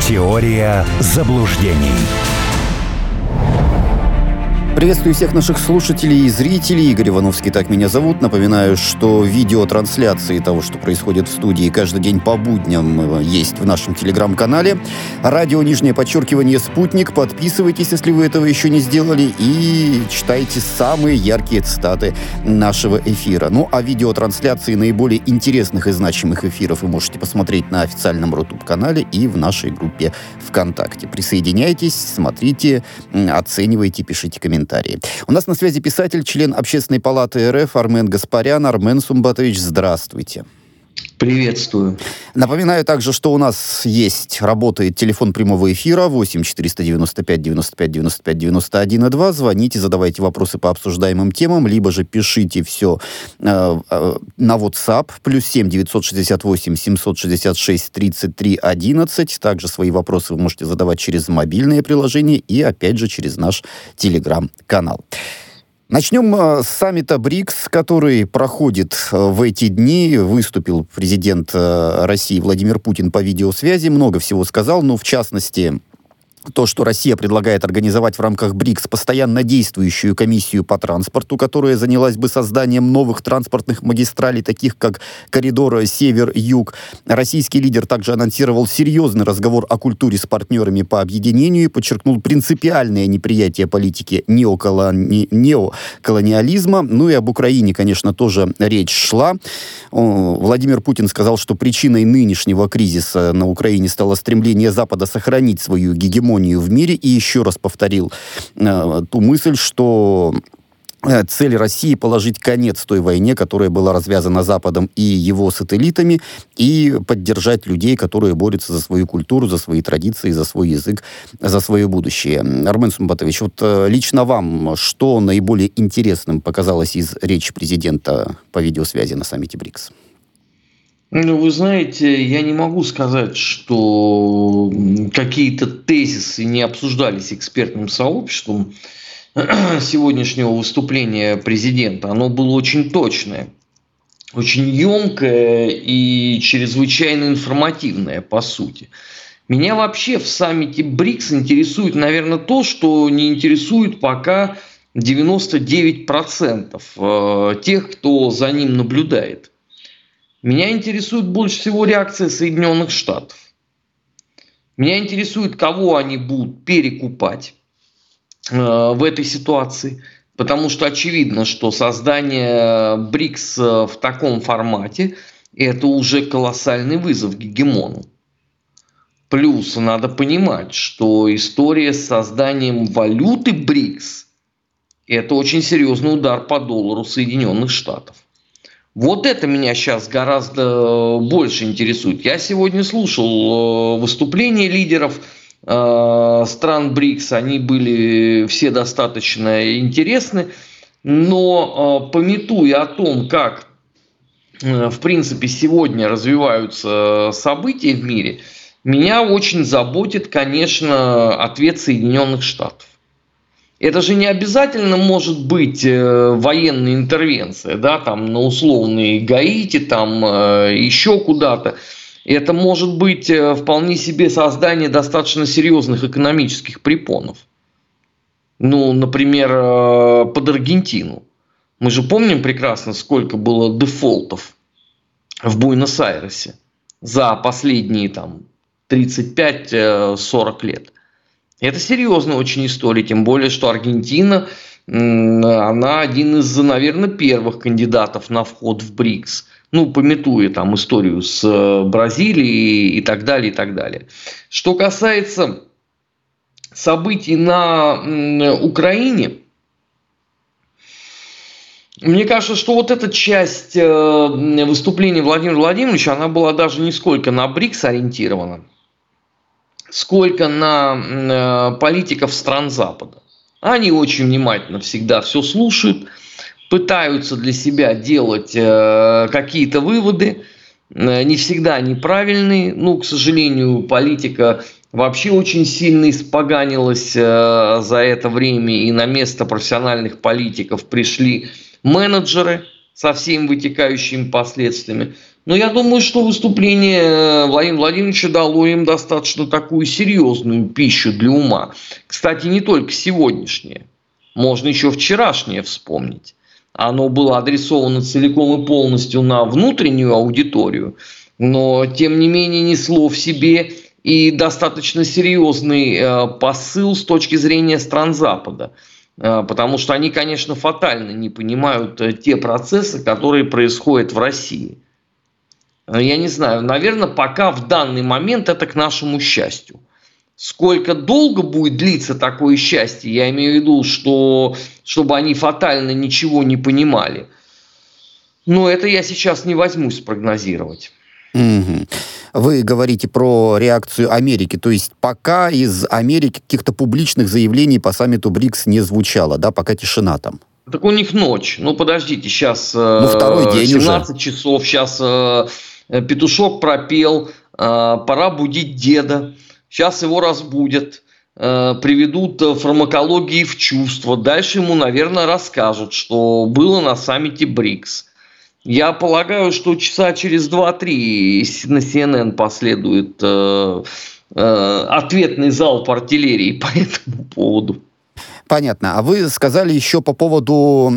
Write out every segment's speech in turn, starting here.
Теория заблуждений. Приветствую всех наших слушателей и зрителей. Игорь Ивановский, так меня зовут. Напоминаю, что видеотрансляции того, что происходит в студии, каждый день по будням есть в нашем телеграм-канале. Радио, _«Спутник». Подписывайтесь, если вы этого еще не сделали, и читайте самые яркие цитаты нашего эфира. Ну, а видеотрансляции наиболее интересных и значимых эфиров вы можете посмотреть на официальном Рутуб-канале и в нашей группе ВКонтакте. Присоединяйтесь, смотрите, оценивайте, пишите комментарии. У нас на связи писатель, член Общественной палаты РФ Армен Гаспарян. Армен Сумбатович, здравствуйте. Приветствую. Напоминаю также, что у нас работает телефон прямого эфира 8 495 95 95 91 2. Звоните, задавайте вопросы по обсуждаемым темам, либо же пишите все на WhatsApp +7 968 766 33 11. Также свои вопросы вы можете задавать через мобильное приложение и, опять же, через наш телеграм-канал. Начнем с саммита БРИКС, который проходит в эти дни. Выступил президент России Владимир Путин по видеосвязи, много всего сказал, но в частности то, что Россия предлагает организовать в рамках БРИКС постоянно действующую комиссию по транспорту, которая занялась бы созданием новых транспортных магистралей, таких как коридор Север-Юг. Российский лидер также анонсировал серьезный разговор о культуре с партнерами по объединению и подчеркнул принципиальное неприятие политики неоколониализма. Ну и об Украине, конечно, тоже речь шла. Владимир Путин сказал, что причиной нынешнего кризиса на Украине стало стремление Запада сохранить свою гегемонию в мире, и еще раз повторил ту мысль, что цель России — положить конец той войне, которая была развязана Западом и его сателлитами, и поддержать людей, которые борются за свою культуру, за свои традиции, за свой язык, за свое будущее. Армен Сумбатович, вот лично вам что наиболее интересным показалось из речи президента по видеосвязи на саммите БРИКС? Ну, вы знаете, я не могу сказать, что какие-то тезисы не обсуждались экспертным сообществом сегодняшнего выступления президента. Оно было очень точное, очень емкое и чрезвычайно информативное, по сути. Меня вообще в саммите БРИКС интересует, наверное, то, что не интересует пока 99% тех, кто за ним наблюдает. Меня интересует больше всего реакция Соединенных Штатов. Меня интересует, кого они будут перекупать в этой ситуации. Потому что очевидно, что создание БРИКС в таком формате – это уже колоссальный вызов гегемону. Плюс надо понимать, что история с созданием валюты БРИКС – это очень серьезный удар по доллару Соединенных Штатов. Вот это меня сейчас гораздо больше интересует. Я сегодня слушал выступления лидеров стран БРИКС. Они были все достаточно интересны. Но памятуя о том, как в принципе сегодня развиваются события в мире, меня очень заботит, конечно, ответ Соединенных Штатов. Это же не обязательно может быть военная интервенция, да, там на условные Гаити, там еще куда-то. Это может быть вполне себе создание достаточно серьезных экономических препонов. Ну, например, под Аргентину. Мы же помним прекрасно, сколько было дефолтов в Буэнос-Айресе за последние там 35-40 лет. Это серьезная очень история, тем более, что Аргентина, она один из, наверное, первых кандидатов на вход в БРИКС. Ну, памятуя там историю с Бразилией и так далее, и так далее. Что касается событий на Украине, мне кажется, что вот эта часть выступления Владимира Владимировича, она была даже не сколько на БРИКС ориентирована, сколько на политиков стран Запада. Они очень внимательно всегда все слушают, пытаются для себя делать какие-то выводы, не всегда они правильные. Ну, к сожалению, политика вообще очень сильно испоганилась за это время, и на место профессиональных политиков пришли менеджеры со всеми вытекающими последствиями. Но я думаю, что выступление Владимира Владимировича дало им достаточно такую серьезную пищу для ума. Кстати, не только сегодняшнее. Можно еще вчерашнее вспомнить. Оно было адресовано целиком и полностью на внутреннюю аудиторию, но, тем не менее, несло в себе и достаточно серьезный посыл с точки зрения стран Запада. Потому что они, конечно, фатально не понимают те процессы, которые происходят в России. Я не знаю, наверное, пока в данный момент это к нашему счастью. Сколько долго будет длиться такое счастье, я имею в виду, что чтобы они фатально ничего не понимали. Но это я сейчас не возьмусь прогнозировать. Вы говорите про реакцию Америки, то есть пока из Америки каких-то публичных заявлений по саммиту БРИКС не звучало, да, пока тишина там. Так у них ночь. Ну, подождите, сейчас второй день 17 уже. часов, сейчас петушок пропел, пора будить деда. Сейчас его разбудят, приведут фармакологии в чувство. Дальше ему, наверное, расскажут, что было на саммите БРИКС. Я полагаю, что часа через 2-3 на CNN последует ответный залп артиллерии по этому поводу. Понятно. А вы сказали еще по поводу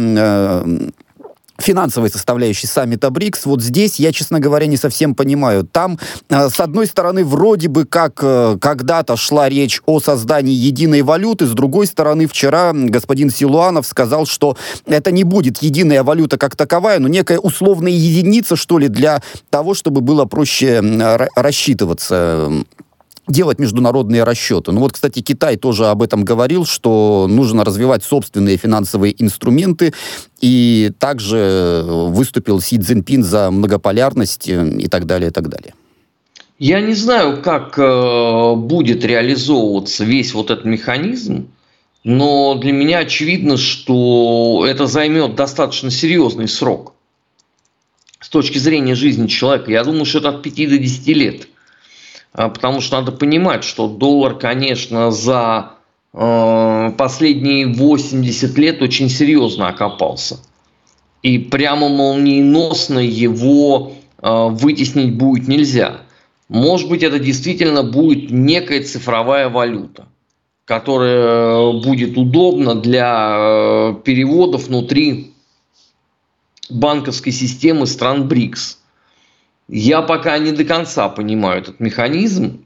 финансовой составляющей саммита БРИКС. Вот здесь я, честно говоря, не совсем понимаю. Там, с одной стороны, вроде бы как когда-то шла речь о создании единой валюты, с другой стороны, вчера господин Силуанов сказал, что это не будет единая валюта как таковая, но некая условная единица, что ли, для того, чтобы было проще рассчитываться, делать международные расчеты. Ну вот, кстати, Китай тоже об этом говорил, что нужно развивать собственные финансовые инструменты, и также выступил Си Цзиньпин за многополярность и так далее, и так далее. Я не знаю, как будет реализовываться весь вот этот механизм, но для меня очевидно, что это займет достаточно серьезный срок с точки зрения жизни человека. Я думаю, что это от 5 до 10 лет. Потому что надо понимать, что доллар, конечно, за последние 80 лет очень серьезно окопался. И прямо молниеносно его вытеснить будет нельзя. Может быть, это действительно будет некая цифровая валюта, которая будет удобна для переводов внутри банковской системы стран БРИКС. Я пока не до конца понимаю этот механизм,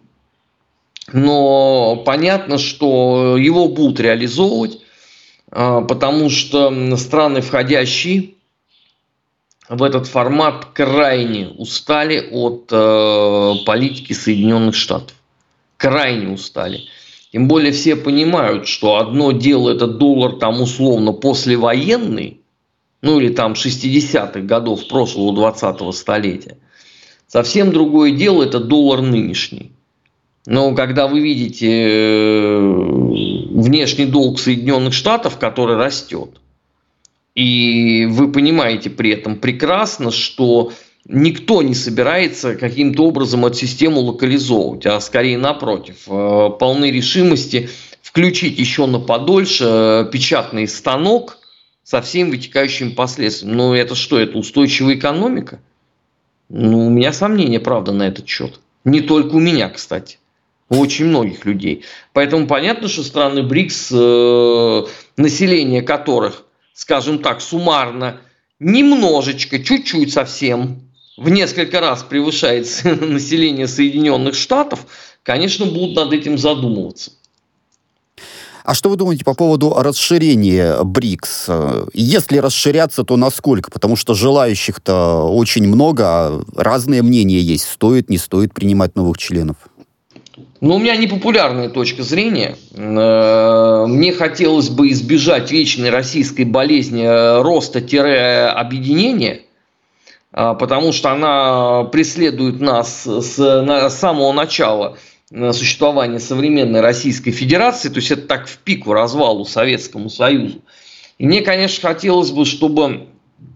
но понятно, что его будут реализовывать, потому что страны, входящие в этот формат, крайне устали от политики Соединенных Штатов. Крайне устали. Тем более все понимают, что одно дело это доллар там условно послевоенный, ну или там 60-х годов прошлого 20-го столетия. Совсем другое дело это доллар нынешний. Но когда вы видите внешний долг Соединенных Штатов, который растет, и вы понимаете при этом прекрасно, что никто не собирается каким-то образом эту систему локализовывать, а скорее напротив, полны решимости включить еще на подольше печатный станок со всеми вытекающими последствиями. Но это что, это устойчивая экономика? Ну, у меня сомнения, правда, на этот счет. Не только у меня, кстати. У очень многих людей. Поэтому понятно, что страны БРИКС, население которых, скажем так, суммарно, немножечко, чуть-чуть совсем, в несколько раз превышает население Соединенных Штатов, конечно, будут над этим задумываться. А что вы думаете по поводу расширения БРИКС? Если расширяться, то насколько? Потому что желающих-то очень много, а разные мнения есть. Стоит, не стоит принимать новых членов? Ну, у меня непопулярная точка зрения. Мне хотелось бы избежать вечной российской болезни роста-объединения, потому что она преследует нас с самого начала существования современной Российской Федерации, то есть это так в пику развалу Советскому Союзу. И мне, конечно, хотелось бы, чтобы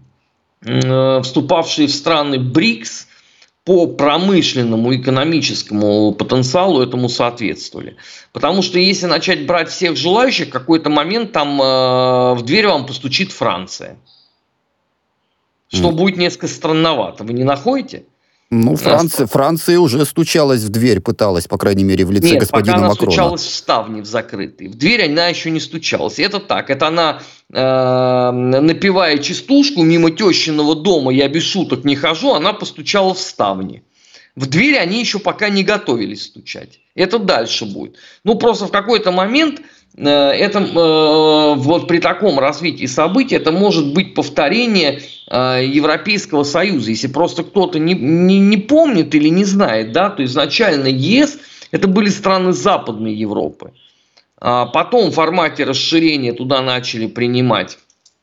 вступавшие в страны БРИКС по промышленному экономическому потенциалу этому соответствовали. Потому что если начать брать всех желающих, в какой-то момент там в дверь вам постучит Франция. Что будет несколько странновато, вы не находите? Ну, Франция уже стучалась в дверь, пыталась, по крайней мере, в лице господина Макрона. Нет, пока она стучалась в ставни в закрытые. В дверь она еще не стучалась. Это так, это она, напевая частушку мимо тещиного дома, я без шуток не хожу, она постучала в ставни. В дверь они еще пока не готовились стучать. Это дальше будет. Ну, просто в какой-то момент вот при таком развитии событий это может быть повторение Европейского Союза. Если просто кто-то не помнит или не знает, да, то изначально ЕС это были страны Западной Европы. А потом в формате расширения туда начали принимать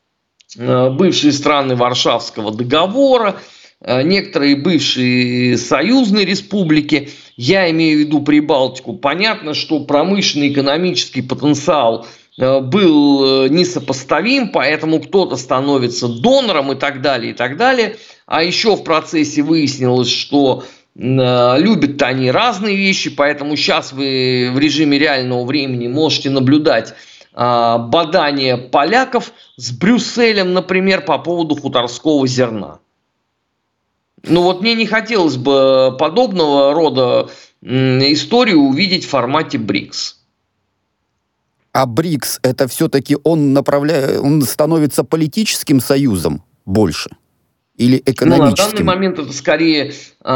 бывшие страны Варшавского договора, некоторые бывшие союзные республики, я имею в виду Прибалтику. Понятно, что промышленный экономический потенциал был несопоставим, поэтому кто-то становится донором и так далее, и так далее. А еще в процессе выяснилось, что любят они разные вещи, поэтому сейчас вы в режиме реального времени можете наблюдать бадания поляков с Брюсселем, например, по поводу хуторского зерна. Ну вот мне не хотелось бы подобного рода историю увидеть в формате БРИКС. А БРИКС это все-таки он становится политическим союзом больше? Или экономическим? Ну, на данный момент это скорее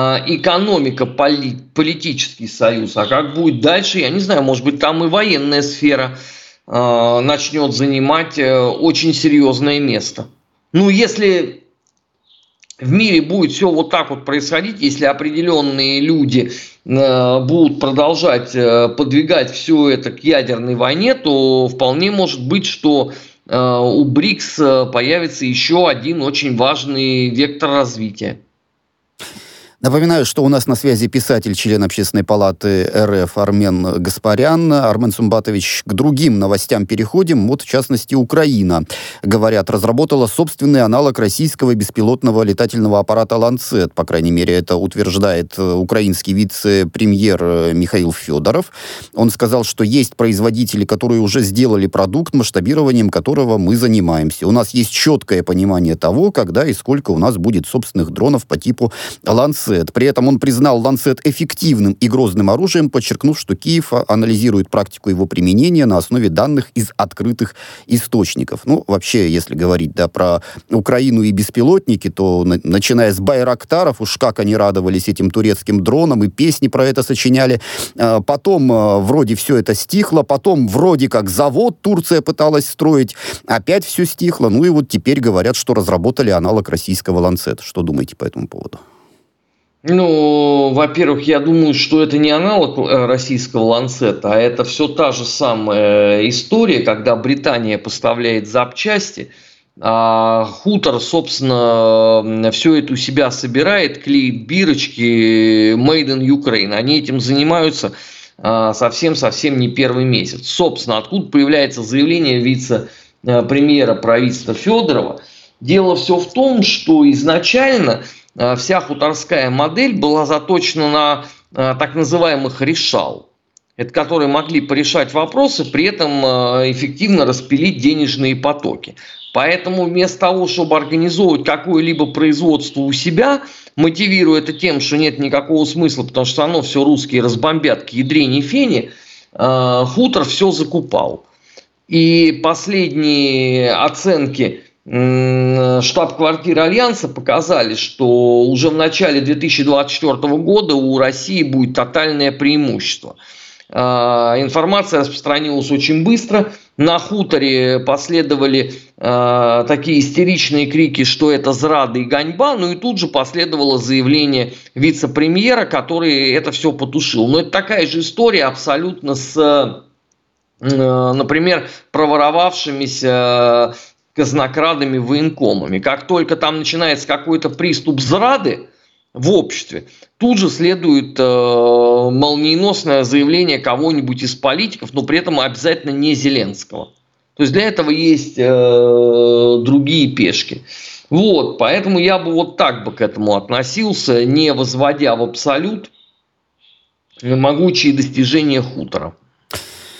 экономико-политический союз. А как будет дальше, я не знаю, может быть, там и военная сфера начнет занимать очень серьезное место. Ну, если в мире будет все вот так вот происходить, если определенные люди будут продолжать подвигать все это к ядерной войне, то вполне может быть, что у БРИКС появится еще один очень важный вектор развития. Напоминаю, что у нас на связи писатель, член Общественной палаты РФ Армен Гаспарян. Армен Сумбатович, к другим новостям переходим. Вот, в частности, Украина, говорят, разработала собственный аналог российского беспилотного летательного аппарата «Ланцет». По крайней мере, это утверждает украинский вице-премьер Михаил Федоров. Он сказал, что есть производители, которые уже сделали продукт, масштабированием которого мы занимаемся. У нас есть четкое понимание того, когда и сколько у нас будет собственных дронов по типу «Ланцет». При этом он признал «Ланцет» эффективным и грозным оружием, подчеркнув, что Киев анализирует практику его применения на основе данных из открытых источников. Ну, вообще, если говорить, да, про Украину и беспилотники, то, начиная с байрактаров, уж как они радовались этим турецким дронам, и песни про это сочиняли. Потом вроде все это стихло, потом вроде как завод Турция пыталась строить, опять все стихло. Ну и вот теперь говорят, что разработали аналог российского «Ланцета». Что думаете по этому поводу? Ну, во-первых, я думаю, что это не аналог российского «Ланцета», а это все та же самая история, когда Британия поставляет запчасти, а хутор, собственно, все это у себя собирает, клеит бирочки «Made in Ukraine». Они этим занимаются совсем-совсем не первый месяц. Собственно, откуда появляется заявление вице-премьера правительства Федорова? Дело все в том, что изначально вся хуторская модель была заточена на так называемых решал. Это которые могли порешать вопросы, при этом эффективно распилить денежные потоки. Поэтому вместо того, чтобы организовывать какое-либо производство у себя, мотивируя это тем, что нет никакого смысла, потому что оно все русские разбомбят к ядрене фени, хутор все закупал. И последние оценки штаб-квартиры Альянса показали, что уже в начале 2024 года у России будет тотальное преимущество. Информация распространилась очень быстро. На хуторе последовали такие истеричные крики, что это зрада и ганьба. Ну и тут же последовало заявление вице-премьера, который это все потушил. Но это такая же история абсолютно с, например, проворовавшимися казнокрадами, военкомами. Как только там начинается какой-то приступ зрады в обществе, тут же следует молниеносное заявление кого-нибудь из политиков, но при этом обязательно не Зеленского. То есть для этого есть другие пешки. Вот, поэтому я бы вот так бы к этому относился, не возводя в абсолют могучие достижения хутора.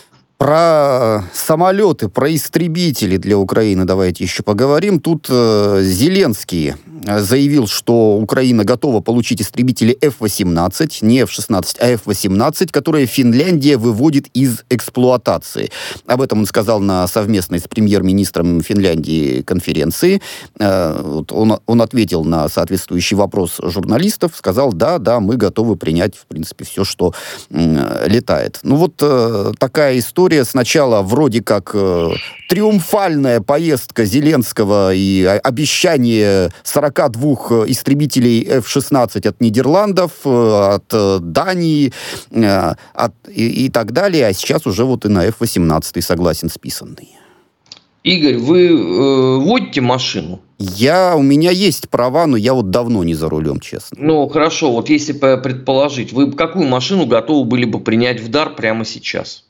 Про самолеты, про истребители для Украины давайте еще поговорим. Тут Зеленский заявил, что Украина готова получить истребители F-18, не F-16, а F-18, которые Финляндия выводит из эксплуатации. Об этом он сказал на совместной с премьер-министром Финляндии конференции. Он ответил на соответствующий вопрос журналистов, сказал, да, мы готовы принять, в принципе, все, что летает. Ну вот такая история. Сначала вроде как триумфальная поездка Зеленского и обещание 42 истребителей F-16 от Нидерландов, от Дании и так далее. А сейчас уже вот и на F-18 согласен списанный. Игорь, вы водите машину? У меня есть права, но я вот давно не за рулем, честно. Ну, хорошо, вот если предположить, вы какую машину готовы были бы принять в дар прямо сейчас?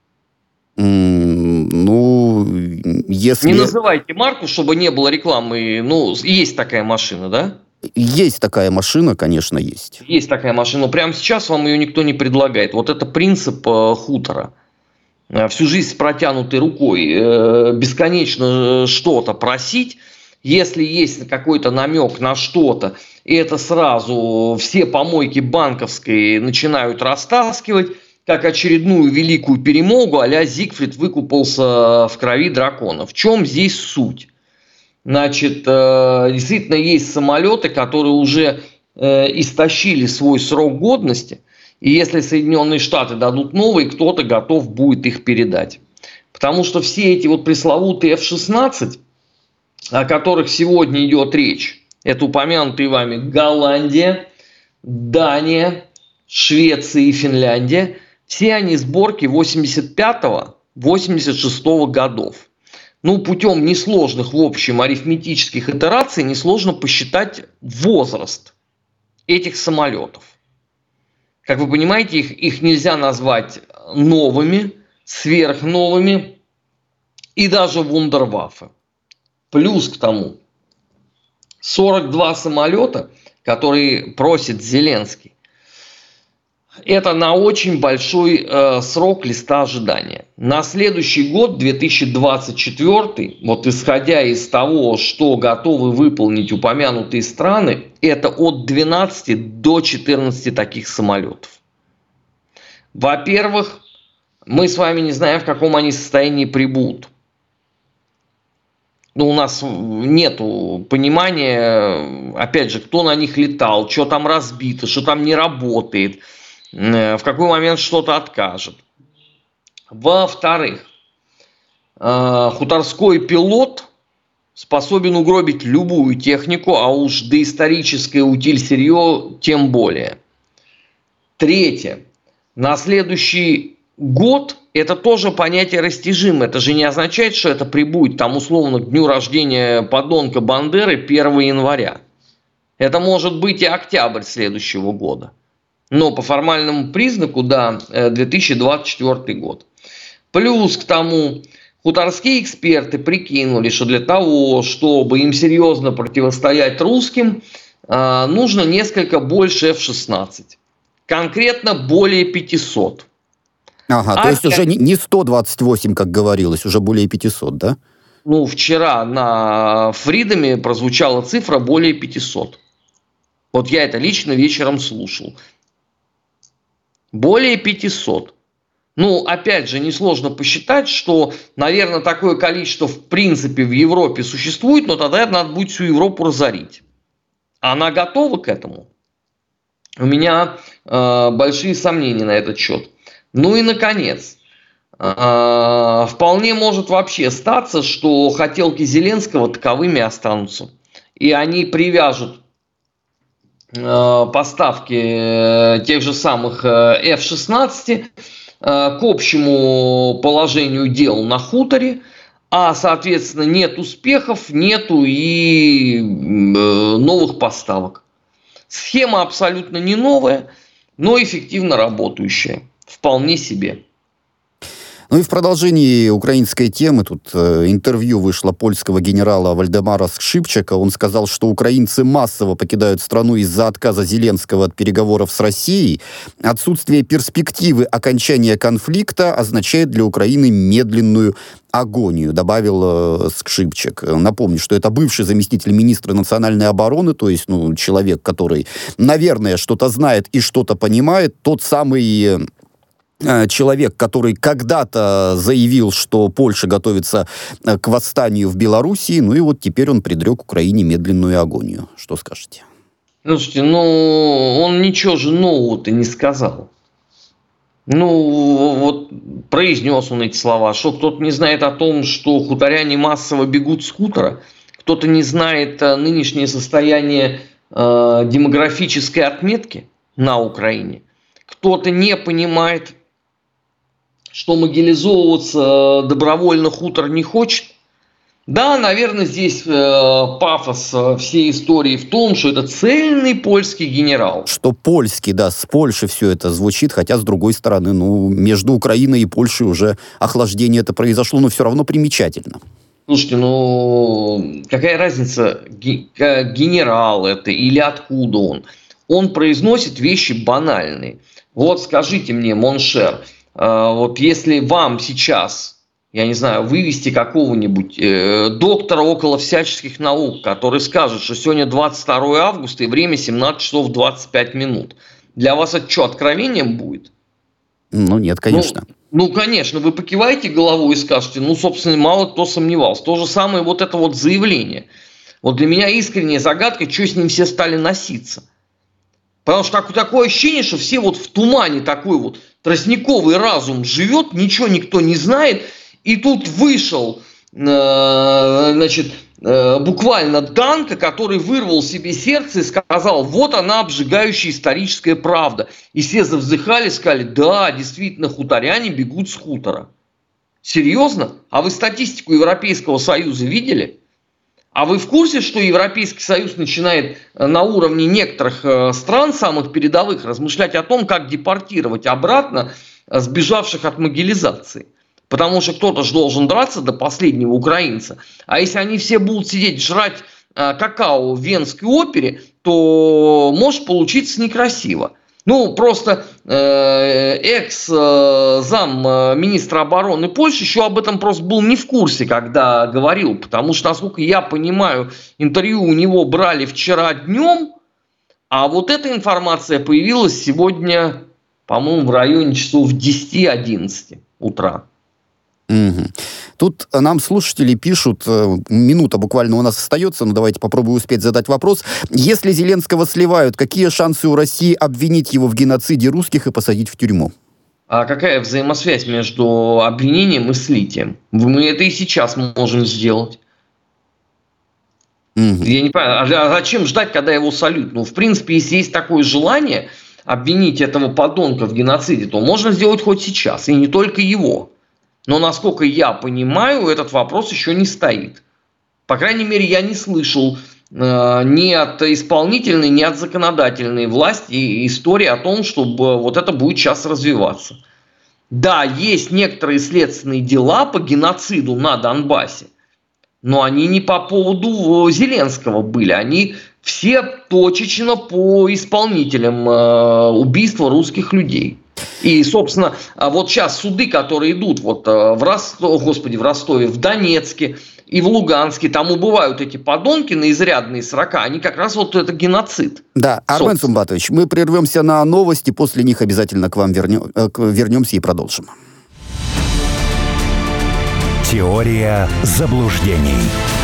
Ну, если... Не называйте марку, чтобы не было рекламы. Ну, есть такая машина, да? Есть такая машина, конечно, есть. Есть такая машина, но прямо сейчас вам ее никто не предлагает. Вот это принцип хутора. Всю жизнь с протянутой рукой, бесконечно что-то просить. Если есть какой-то намек на что-то, и это сразу все помойки банковской начинают растаскивать, как очередную великую перемогу а-ля Зигфрид выкупался в крови дракона. В чем здесь суть? Значит, действительно есть самолеты, которые уже истощили свой срок годности, и если Соединенные Штаты дадут новые, кто-то готов будет их передать. Потому что все эти вот пресловутые F-16, о которых сегодня идет речь, это упомянутые вами Голландия, Дания, Швеция и Финляндия, все они сборки 85-86 годов. Ну, путем несложных, в общем, арифметических итераций несложно посчитать возраст этих самолетов. Как вы понимаете, их нельзя назвать новыми, сверхновыми и даже вундерваффе. Плюс к тому, 42 самолета, которые просит Зеленский, это на очень большой срок листа ожидания. На следующий год, 2024, вот исходя из того, что готовы выполнить упомянутые страны, это от 12 до 14 таких самолетов. Во-первых, мы с вами не знаем, в каком они состоянии прибудут. Ну, у нас нет понимания, опять же, кто на них летал, что там разбито, что там не работает, в какой момент что-то откажет. Во-вторых, хуторской пилот способен угробить любую технику, а уж доисторическое утиль-сырье тем более. Третье. На следующий год это тоже понятие растяжимое. Это же не означает, что это прибудет там условно к дню рождения подонка Бандеры 1 января. Это может быть и октябрь следующего года. Но по формальному признаку, да, 2024 год. Плюс к тому, хуторские эксперты прикинули, что для того, чтобы им серьезно противостоять русским, нужно несколько больше F-16. Конкретно более 500. Ага, то есть уже не 128, как говорилось, уже более 500, да? Ну, вчера на Фридоме прозвучала цифра более 500. Вот я это лично вечером слушал. Более 500. Ну, опять же, несложно посчитать, что, наверное, такое количество в принципе в Европе существует, но тогда надо будет всю Европу разорить. Она готова к этому? У меня большие сомнения на этот счет. Ну и, наконец, вполне может вообще статься, что хотелки Зеленского таковыми останутся. И они привяжут поставки тех же самых F-16 к общему положению дел на хуторе, а, соответственно, нет успехов, нету и новых поставок. Схема абсолютно не новая, но эффективно работающая. Вполне себе. Ну, Ну и в продолжении украинской темы тут интервью вышло польского генерала Вальдемара Скрипчака. Он сказал, что украинцы массово покидают страну из-за отказа Зеленского от переговоров с Россией. Отсутствие перспективы окончания конфликта означает для Украины медленную агонию, добавил Скрипчак. Напомню, что это бывший заместитель министра национальной обороны, то есть человек, который, наверное, что-то знает и что-то понимает, тот самый человек, который когда-то заявил, что Польша готовится к восстанию в Белоруссии, и вот теперь он предрек Украине медленную агонию. Что скажете? Слушайте, он ничего же нового-то не сказал. Вот произнес он эти слова. Что, кто-то не знает о том, что хуторяне массово бегут с хутора? Кто-то не знает нынешнее состояние демографической отметки на Украине? Кто-то не понимает, что мобилизовываться добровольно хутор не хочет? Да, наверное, здесь пафос всей истории в том, что это цельный польский генерал. Что польский, да, с Польши все это звучит, хотя, с другой стороны, между Украиной и Польшей уже охлаждение это произошло, но все равно примечательно. Слушайте, какая разница, генерал это или откуда он? Он произносит вещи банальные. Вот скажите мне, Моншер, вот если вам сейчас, я не знаю, вывести какого-нибудь доктора около всяческих наук, который скажет, что сегодня 22 августа и время 17 часов 25 минут, для вас это что, откровением будет? Нет, конечно. Конечно, вы покиваете головой и скажете, собственно, мало кто сомневался. То же самое вот это вот заявление. Вот для меня искренняя загадка, что с ним все стали носиться. Потому что такое ощущение, что все вот в тумане такой вот тростниковый разум живет, ничего никто не знает. И тут вышел, буквально Данко, который вырвал себе сердце и сказал, вот она, обжигающая историческая правда. И все завздыхали, сказали, да, действительно, хуторяне бегут с хутора. Серьезно? А вы статистику Европейского Союза видели? А вы в курсе, что Европейский Союз начинает на уровне некоторых стран, самых передовых, размышлять о том, как депортировать обратно сбежавших от мобилизации? Потому что кто-то же должен драться до последнего украинца. А если они все будут сидеть жрать какао в Венской опере, то может получиться некрасиво. Просто экс-зам министра обороны Польши еще об этом просто был не в курсе, когда говорил. Потому что, насколько я понимаю, интервью у него брали вчера днем, а вот эта информация появилась сегодня, по-моему, в районе часов 10-11 утра. Угу. Тут нам слушатели пишут, минута буквально у нас остается, но давайте попробую успеть задать вопрос. Если Зеленского сливают, какие шансы у России обвинить его в геноциде русских и посадить в тюрьму? А какая взаимосвязь между обвинением и слитием? Мы это и сейчас можем сделать. Угу. Я не понимаю, а зачем ждать, когда его сольют? В принципе, если есть такое желание обвинить этого подонка в геноциде, то можно сделать хоть сейчас, и не только его. Но, насколько я понимаю, этот вопрос еще не стоит. По крайней мере, я не слышал ни от исполнительной, ни от законодательной власти истории о том, чтобы вот это будет сейчас развиваться. Да, есть некоторые следственные дела по геноциду на Донбассе, но они не по поводу Зеленского были. Они все точечно по исполнителям убийства русских людей. И, собственно, вот сейчас суды, которые идут в Ростове, в Донецке и в Луганске, там убывают эти подонки на изрядные срока, они как раз вот это геноцид. Да, Армен Сумбатович, мы прервемся на новости, после них обязательно к вам вернемся и продолжим. Теория заблуждений.